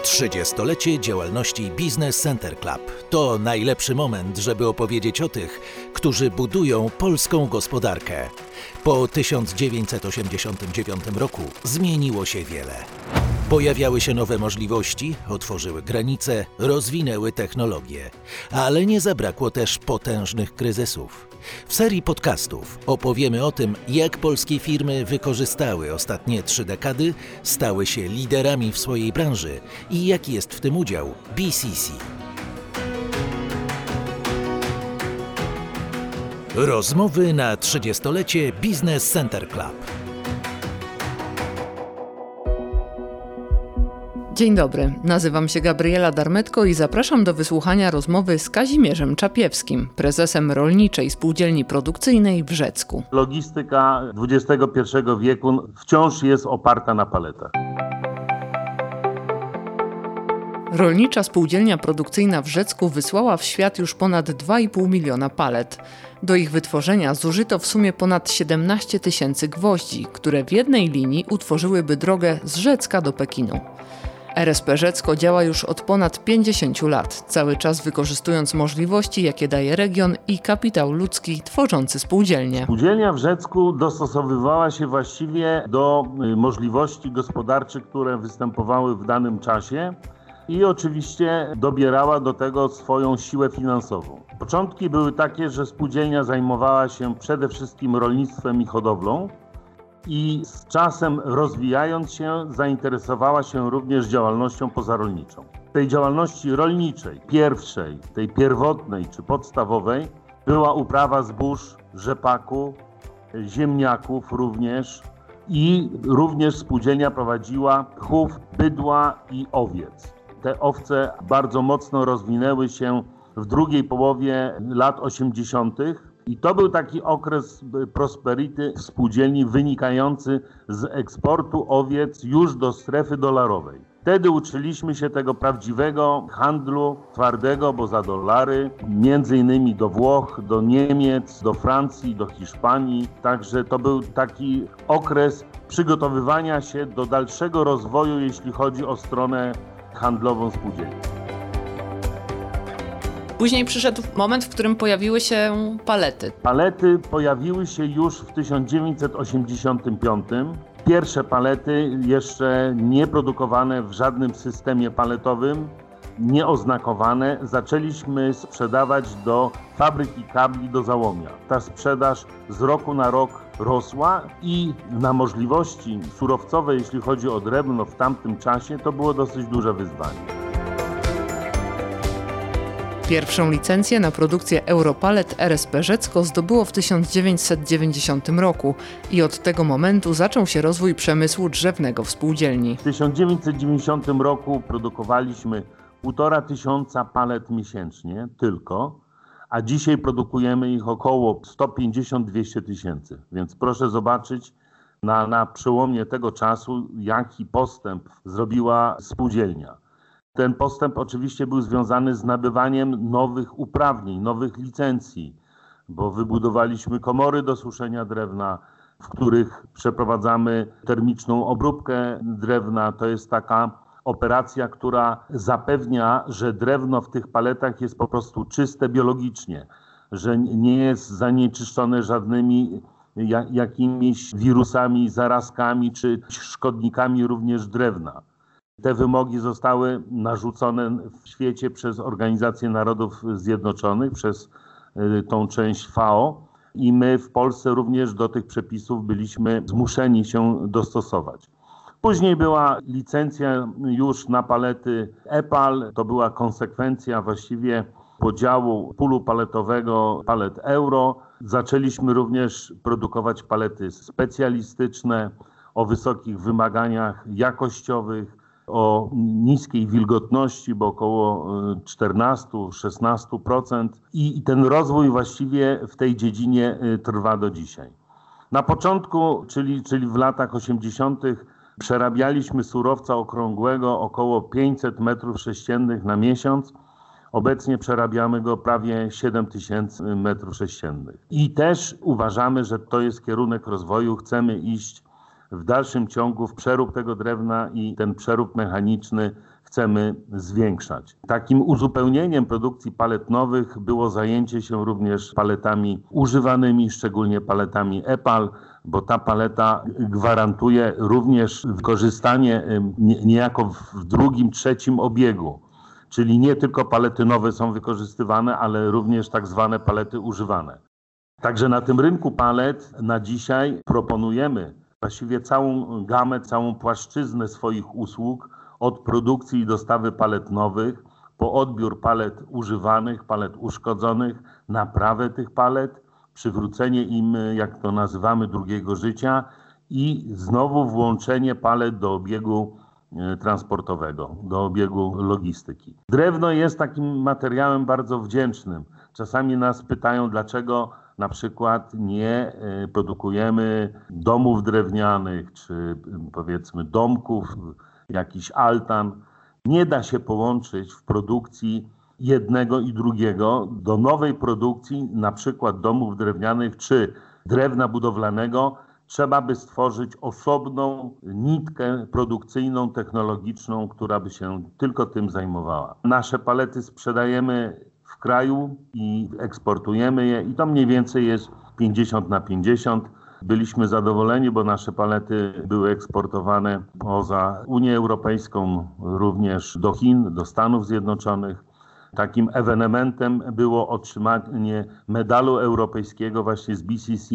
30-lecie działalności Business Center Club to najlepszy moment, żeby opowiedzieć o tych, którzy budują polską gospodarkę. Po 1989 roku zmieniło się wiele. Pojawiały się nowe możliwości, otworzyły granice, rozwinęły technologie, ale nie zabrakło też potężnych kryzysów. W serii podcastów opowiemy o tym, jak polskie firmy wykorzystały ostatnie 3 dekady, stały się liderami w swojej branży i jaki jest w tym udział BCC. Rozmowy na 30-lecie Business Center Club. Dzień dobry, nazywam się Gabriela Darmetko i zapraszam do wysłuchania rozmowy z Kazimierzem Czapiewskim, prezesem Rolniczej Spółdzielni Produkcyjnej w Rzecku. Logistyka XXI wieku wciąż jest oparta na paletach. Rolnicza Spółdzielnia Produkcyjna w Rzecku wysłała w świat już ponad 2,5 miliona palet. Do ich wytworzenia zużyto w sumie ponad 17 000 gwoździ, które w jednej linii utworzyłyby drogę z Rzecka do Pekinu. RSP Rzecko działa już od ponad 50 lat, cały czas wykorzystując możliwości, jakie daje region i kapitał ludzki tworzący spółdzielnię. Spółdzielnia w Rzecku dostosowywała się właściwie do możliwości gospodarczych, które występowały w danym czasie i oczywiście dobierała do tego swoją siłę finansową. Początki były takie, że spółdzielnia zajmowała się przede wszystkim rolnictwem i hodowlą, i z czasem rozwijając się zainteresowała się również działalnością pozarolniczą. W tej działalności rolniczej, pierwszej, tej pierwotnej czy podstawowej była uprawa zbóż, rzepaku, ziemniaków również i również spółdzielnia prowadziła chów bydła i owiec. Te owce bardzo mocno rozwinęły się w drugiej połowie lat 80. I to był taki okres prosperity w spółdzielni wynikający z eksportu owiec już do strefy dolarowej. Wtedy uczyliśmy się tego prawdziwego handlu twardego, bo za dolary, między innymi do Włoch, do Niemiec, do Francji, do Hiszpanii. Także to był taki okres przygotowywania się do dalszego rozwoju, jeśli chodzi o stronę handlową spółdzielni. Później przyszedł moment, w którym pojawiły się palety. Palety pojawiły się już w 1985. Pierwsze palety jeszcze nie produkowane w żadnym systemie paletowym, nieoznakowane, zaczęliśmy sprzedawać do fabryki kabli do Załomia. Ta sprzedaż z roku na rok rosła i na możliwości surowcowe, jeśli chodzi o drewno w tamtym czasie, to było dosyć duże wyzwanie. Pierwszą licencję na produkcję Europalet RSP Rzecko zdobyło w 1990 roku i od tego momentu zaczął się rozwój przemysłu drzewnego w spółdzielni. W 1990 roku produkowaliśmy 1500 palet miesięcznie tylko, a dzisiaj produkujemy ich około 150-200 tysięcy. Więc proszę zobaczyć na przełomie tego czasu, jaki postęp zrobiła spółdzielnia. Ten postęp oczywiście był związany z nabywaniem nowych uprawnień, nowych licencji, bo wybudowaliśmy komory do suszenia drewna, w których przeprowadzamy termiczną obróbkę drewna. To jest taka operacja, która zapewnia, że drewno w tych paletach jest po prostu czyste biologicznie, że nie jest zanieczyszczone żadnymi jakimiś wirusami, zarazkami czy szkodnikami również drewna. Te wymogi zostały narzucone w świecie przez Organizację Narodów Zjednoczonych, przez tą część FAO i my w Polsce również do tych przepisów byliśmy zmuszeni się dostosować. Później była licencja już na palety EPAL, to była konsekwencja właściwie podziału pulu paletowego palet euro. Zaczęliśmy również produkować palety specjalistyczne o wysokich wymaganiach jakościowych, o niskiej wilgotności, bo około 14-16% i ten rozwój właściwie w tej dziedzinie trwa do dzisiaj. Na początku, czyli w latach 80. przerabialiśmy surowca okrągłego około 500 m3 na miesiąc. Obecnie przerabiamy go prawie 7000 m3. I też uważamy, że to jest kierunek rozwoju. Chcemy iść w dalszym ciągu w przerób tego drewna i ten przerób mechaniczny chcemy zwiększać. Takim uzupełnieniem produkcji palet nowych było zajęcie się również paletami używanymi, szczególnie paletami EPAL, bo ta paleta gwarantuje również wykorzystanie niejako w drugim, trzecim obiegu. Czyli nie tylko palety nowe są wykorzystywane, ale również tak zwane palety używane. Także na tym rynku palet na dzisiaj proponujemy właściwie całą gamę, całą płaszczyznę swoich usług, od produkcji i dostawy palet nowych, po odbiór palet używanych, palet uszkodzonych, naprawę tych palet, przywrócenie im, jak to nazywamy, drugiego życia i znowu włączenie palet do obiegu transportowego, do obiegu logistyki. Drewno jest takim materiałem bardzo wdzięcznym. Czasami nas pytają, dlaczego na przykład nie produkujemy domów drewnianych, czy powiedzmy domków, jakiś altan. Nie da się połączyć w produkcji jednego i drugiego. Do nowej produkcji, na przykład domów drewnianych czy drewna budowlanego, trzeba by stworzyć osobną nitkę produkcyjną, technologiczną, która by się tylko tym zajmowała. Nasze palety sprzedajemy w kraju i eksportujemy je i to mniej więcej jest 50/50. Byliśmy zadowoleni, bo nasze palety były eksportowane poza Unię Europejską, również do Chin, do Stanów Zjednoczonych. Takim ewenementem było otrzymanie medalu europejskiego właśnie z BCC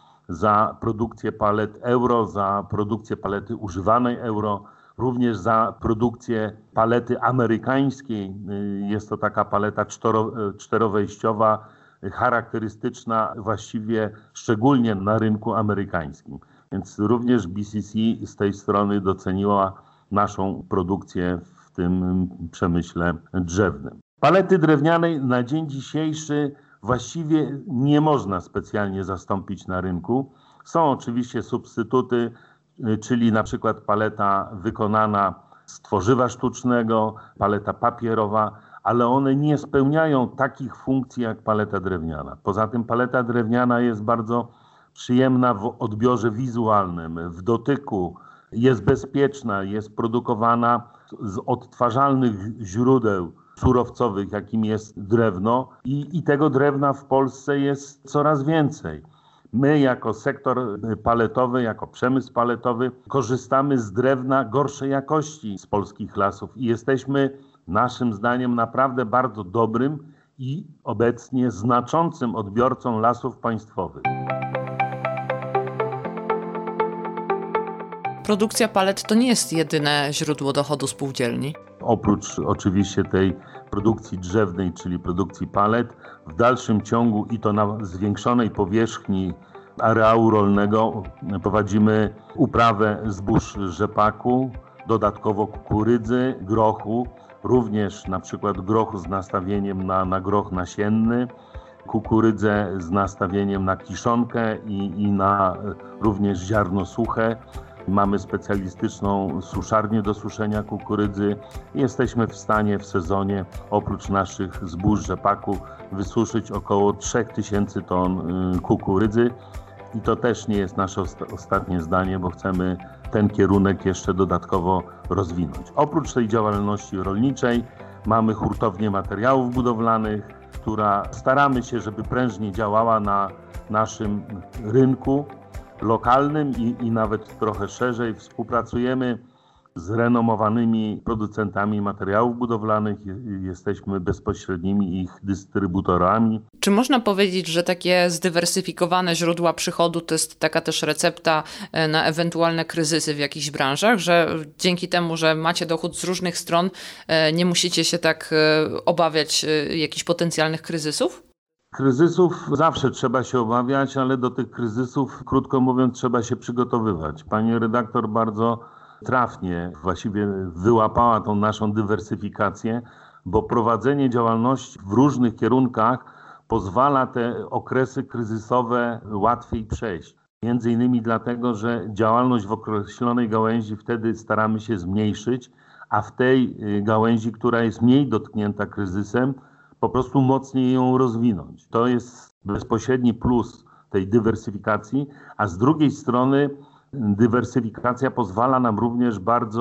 za produkcję palet euro, za produkcję palety używanej euro, również za produkcję palety amerykańskiej. Jest to taka paleta czterowejściowa, charakterystyczna właściwie szczególnie na rynku amerykańskim. Więc również BCC z tej strony doceniła naszą produkcję w tym przemyśle drzewnym. Palety drewnianej na dzień dzisiejszy właściwie nie można specjalnie zastąpić na rynku. Są oczywiście substytuty, czyli na przykład paleta wykonana z tworzywa sztucznego, paleta papierowa, ale one nie spełniają takich funkcji jak paleta drewniana. Poza tym paleta drewniana jest bardzo przyjemna w odbiorze wizualnym, w dotyku, jest bezpieczna, jest produkowana z odtwarzalnych źródeł surowcowych, jakim jest drewno i tego drewna w Polsce jest coraz więcej. My jako sektor paletowy, jako przemysł paletowy korzystamy z drewna gorszej jakości z polskich lasów i jesteśmy naszym zdaniem naprawdę bardzo dobrym i obecnie znaczącym odbiorcą lasów państwowych. Produkcja palet to nie jest jedyne źródło dochodu spółdzielni. Oprócz oczywiście tej produkcji drzewnej, czyli produkcji palet, w dalszym ciągu i to na zwiększonej powierzchni areału rolnego prowadzimy uprawę zbóż rzepaku, dodatkowo kukurydzy, grochu, również na przykład grochu z nastawieniem na groch nasienny, kukurydzę z nastawieniem na kiszonkę i na również ziarno suche. Mamy specjalistyczną suszarnię do suszenia kukurydzy i jesteśmy w stanie w sezonie oprócz naszych zbóż rzepaku wysuszyć około 3000 ton kukurydzy i to też nie jest nasze ostatnie zdanie, bo chcemy ten kierunek jeszcze dodatkowo rozwinąć. Oprócz tej działalności rolniczej mamy hurtownię materiałów budowlanych, która staramy się, żeby prężnie działała na naszym rynku lokalnym i nawet trochę szerzej. Współpracujemy z renomowanymi producentami materiałów budowlanych, jesteśmy bezpośrednimi ich dystrybutorami. Czy można powiedzieć, że takie zdywersyfikowane źródła przychodu to jest taka też recepta na ewentualne kryzysy w jakichś branżach, że dzięki temu, że macie dochód z różnych stron, nie musicie się tak obawiać jakichś potencjalnych kryzysów? Kryzysów zawsze trzeba się obawiać, ale do tych kryzysów, krótko mówiąc, trzeba się przygotowywać. Pani redaktor bardzo trafnie właściwie wyłapała tą naszą dywersyfikację, bo prowadzenie działalności w różnych kierunkach pozwala te okresy kryzysowe łatwiej przejść. Między innymi dlatego, że działalność w określonej gałęzi wtedy staramy się zmniejszyć, a w tej gałęzi, która jest mniej dotknięta kryzysem, po prostu mocniej ją rozwinąć. To jest bezpośredni plus tej dywersyfikacji, a z drugiej strony dywersyfikacja pozwala nam również bardzo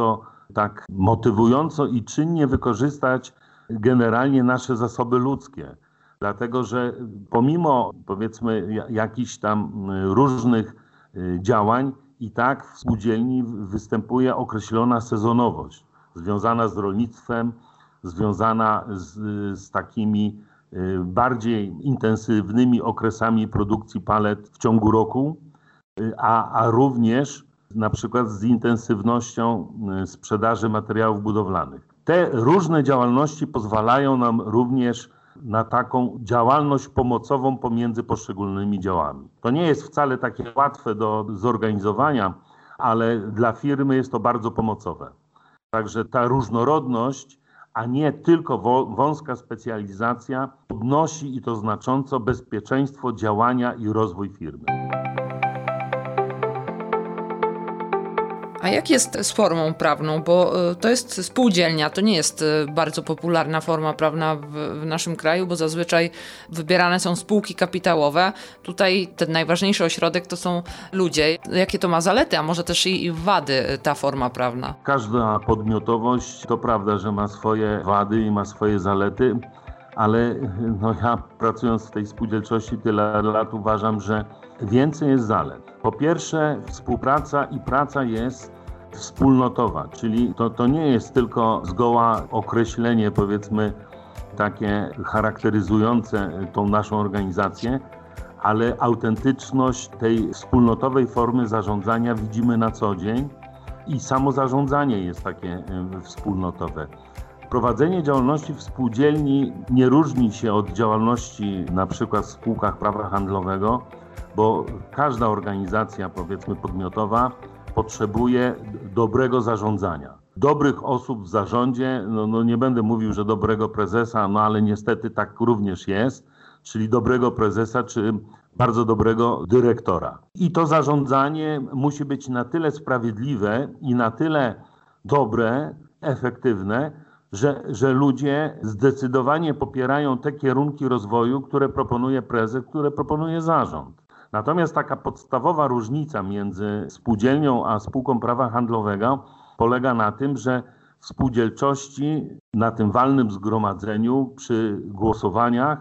tak motywująco i czynnie wykorzystać generalnie nasze zasoby ludzkie. Dlatego, że pomimo powiedzmy jakichś tam różnych działań, i tak w spółdzielni występuje określona sezonowość związana z rolnictwem, związana z takimi bardziej intensywnymi okresami produkcji palet w ciągu roku, a również na przykład z intensywnością sprzedaży materiałów budowlanych. Te różne działalności pozwalają nam również na taką działalność pomocową pomiędzy poszczególnymi działami. To nie jest wcale takie łatwe do zorganizowania, ale dla firmy jest to bardzo pomocowe. Także ta różnorodność, a nie tylko wąska specjalizacja, podnosi i to znacząco bezpieczeństwo działania i rozwój firmy. A jak jest z formą prawną? Bo to jest spółdzielnia, to nie jest bardzo popularna forma prawna w naszym kraju, bo zazwyczaj wybierane są spółki kapitałowe. Tutaj ten najważniejszy ośrodek to są ludzie. Jakie to ma zalety, a może też i wady ta forma prawna? Każda podmiotowość to prawda, że ma swoje wady i ma swoje zalety, ale ja pracując w tej spółdzielczości tyle lat uważam, że więcej jest zalet. Po pierwsze, współpraca i praca jest wspólnotowa, czyli to nie jest tylko zgoła określenie, powiedzmy, takie charakteryzujące tą naszą organizację, ale autentyczność tej wspólnotowej formy zarządzania widzimy na co dzień i samo zarządzanie jest takie wspólnotowe. Prowadzenie działalności w spółdzielni nie różni się od działalności na przykład w spółkach prawa handlowego, bo każda organizacja, powiedzmy, podmiotowa potrzebuje dobrego zarządzania. Dobrych osób w zarządzie, nie będę mówił, że dobrego prezesa, ale niestety tak również jest, czyli dobrego prezesa czy bardzo dobrego dyrektora. I to zarządzanie musi być na tyle sprawiedliwe i na tyle dobre, efektywne, że ludzie zdecydowanie popierają te kierunki rozwoju, które proponuje prezes, które proponuje zarząd. Natomiast taka podstawowa różnica między spółdzielnią a spółką prawa handlowego polega na tym, że w spółdzielczości, na tym walnym zgromadzeniu, przy głosowaniach,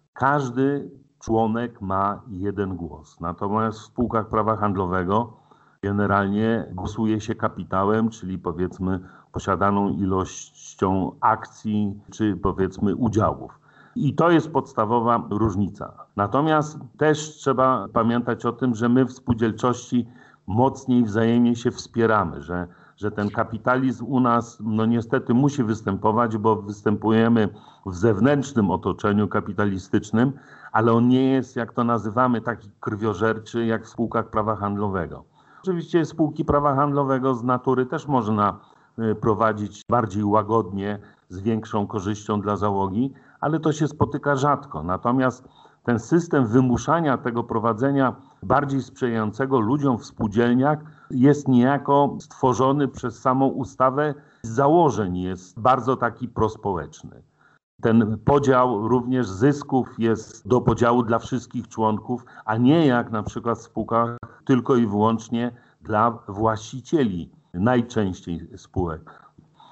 każdy członek ma jeden głos. Natomiast w spółkach prawa handlowego generalnie głosuje się kapitałem, czyli powiedzmy posiadaną ilością akcji, czy powiedzmy udziałów. I to jest podstawowa różnica. Natomiast też trzeba pamiętać o tym, że my w spółdzielczości mocniej wzajemnie się wspieramy, że ten kapitalizm u nas niestety musi występować, bo występujemy w zewnętrznym otoczeniu kapitalistycznym, ale on nie jest, jak to nazywamy, taki krwiożerczy jak w spółkach prawa handlowego. Oczywiście spółki prawa handlowego z natury też można prowadzić bardziej łagodnie, z większą korzyścią dla załogi, ale to się spotyka rzadko. Natomiast ten system wymuszania tego prowadzenia bardziej sprzyjającego ludziom w spółdzielniach jest niejako stworzony przez samą ustawę. Z założeń jest bardzo taki prospołeczny. Ten podział również zysków jest do podziału dla wszystkich członków, a nie jak na przykład w spółkach tylko i wyłącznie dla właścicieli, najczęściej spółek.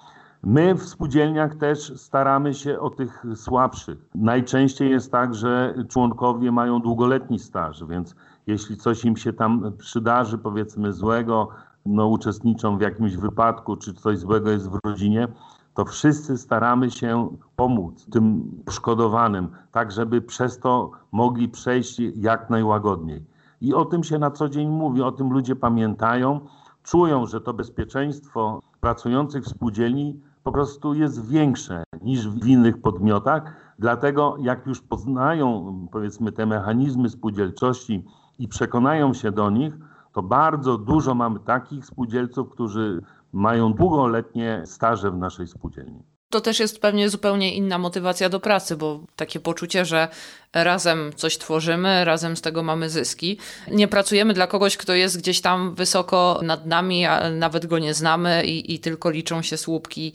My w spółdzielniach też staramy się o tych słabszych. Najczęściej jest tak, że członkowie mają długoletni staż, więc jeśli coś im się tam przydarzy, powiedzmy złego, uczestniczą w jakimś wypadku, czy coś złego jest w rodzinie, to wszyscy staramy się pomóc tym poszkodowanym, tak żeby przez to mogli przejść jak najłagodniej. I o tym się na co dzień mówi, o tym ludzie pamiętają, czują, że to bezpieczeństwo pracujących w spółdzielni po prostu jest większe niż w innych podmiotach. Dlatego jak już poznają, powiedzmy, te mechanizmy spółdzielczości i przekonają się do nich, to bardzo dużo mamy takich spółdzielców, którzy mają długoletnie staże w naszej spółdzielni. To też jest pewnie zupełnie inna motywacja do pracy, bo takie poczucie, że razem coś tworzymy, razem z tego mamy zyski. Nie pracujemy dla kogoś, kto jest gdzieś tam wysoko nad nami, a nawet go nie znamy i tylko liczą się słupki.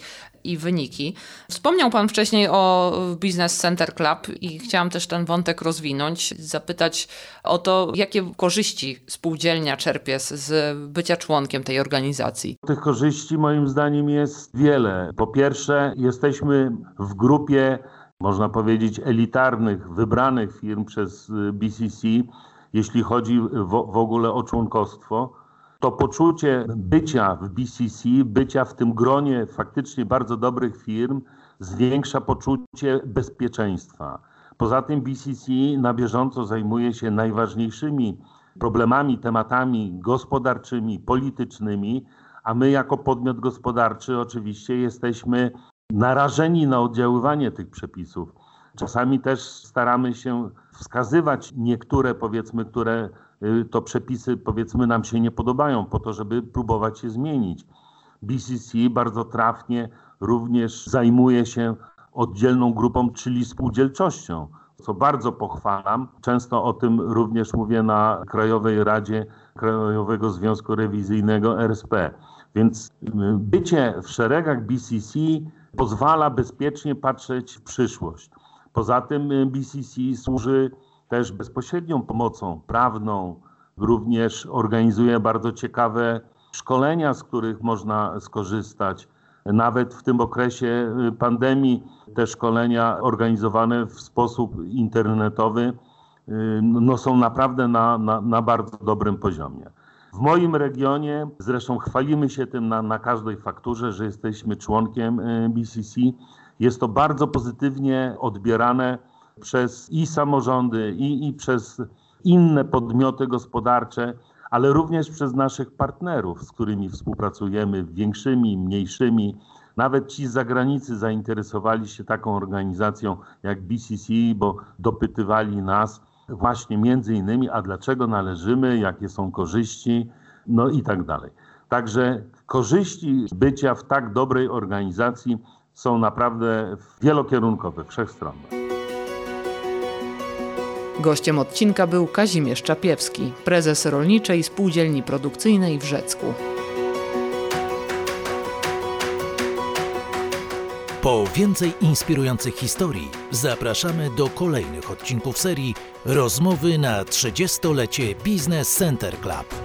i wyniki. Wspomniał Pan wcześniej o Business Center Club i chciałam też ten wątek rozwinąć, zapytać o to, jakie korzyści spółdzielnia czerpie z bycia członkiem tej organizacji. Tych korzyści moim zdaniem jest wiele. Po pierwsze, jesteśmy w grupie, można powiedzieć, elitarnych, wybranych firm przez BCC, jeśli chodzi w ogóle o członkostwo. To poczucie bycia w BCC, bycia w tym gronie faktycznie bardzo dobrych firm zwiększa poczucie bezpieczeństwa. Poza tym BCC na bieżąco zajmuje się najważniejszymi problemami, tematami gospodarczymi, politycznymi, a my jako podmiot gospodarczy oczywiście jesteśmy narażeni na oddziaływanie tych przepisów. Czasami też staramy się wskazywać niektóre, powiedzmy, które to przepisy, powiedzmy, nam się nie podobają, po to, żeby próbować je zmienić. BCC bardzo trafnie również zajmuje się oddzielną grupą, czyli spółdzielczością, co bardzo pochwalam. Często o tym również mówię na Krajowej Radzie Krajowego Związku Rewizyjnego RSP. Więc bycie w szeregach BCC pozwala bezpiecznie patrzeć w przyszłość. Poza tym BCC służy też bezpośrednią pomocą prawną, również organizuje bardzo ciekawe szkolenia, z których można skorzystać. Nawet w tym okresie pandemii te szkolenia organizowane w sposób internetowy są naprawdę na bardzo dobrym poziomie. W moim regionie, zresztą chwalimy się tym na każdej fakturze, że jesteśmy członkiem BCC. Jest to bardzo pozytywnie odbierane przez i samorządy, i przez inne podmioty gospodarcze, ale również przez naszych partnerów, z którymi współpracujemy, większymi, mniejszymi. Nawet ci z zagranicy zainteresowali się taką organizacją jak BCC, bo dopytywali nas właśnie między innymi, a dlaczego należymy, jakie są korzyści, no i tak dalej. Także korzyści bycia w tak dobrej organizacji są naprawdę wielokierunkowe, wszechstronne. Gościem odcinka był Kazimierz Czapiewski, prezes Rolniczej Spółdzielni Produkcyjnej w Rzecku. Po więcej inspirujących historii zapraszamy do kolejnych odcinków serii Rozmowy na 30-lecie Business Center Club.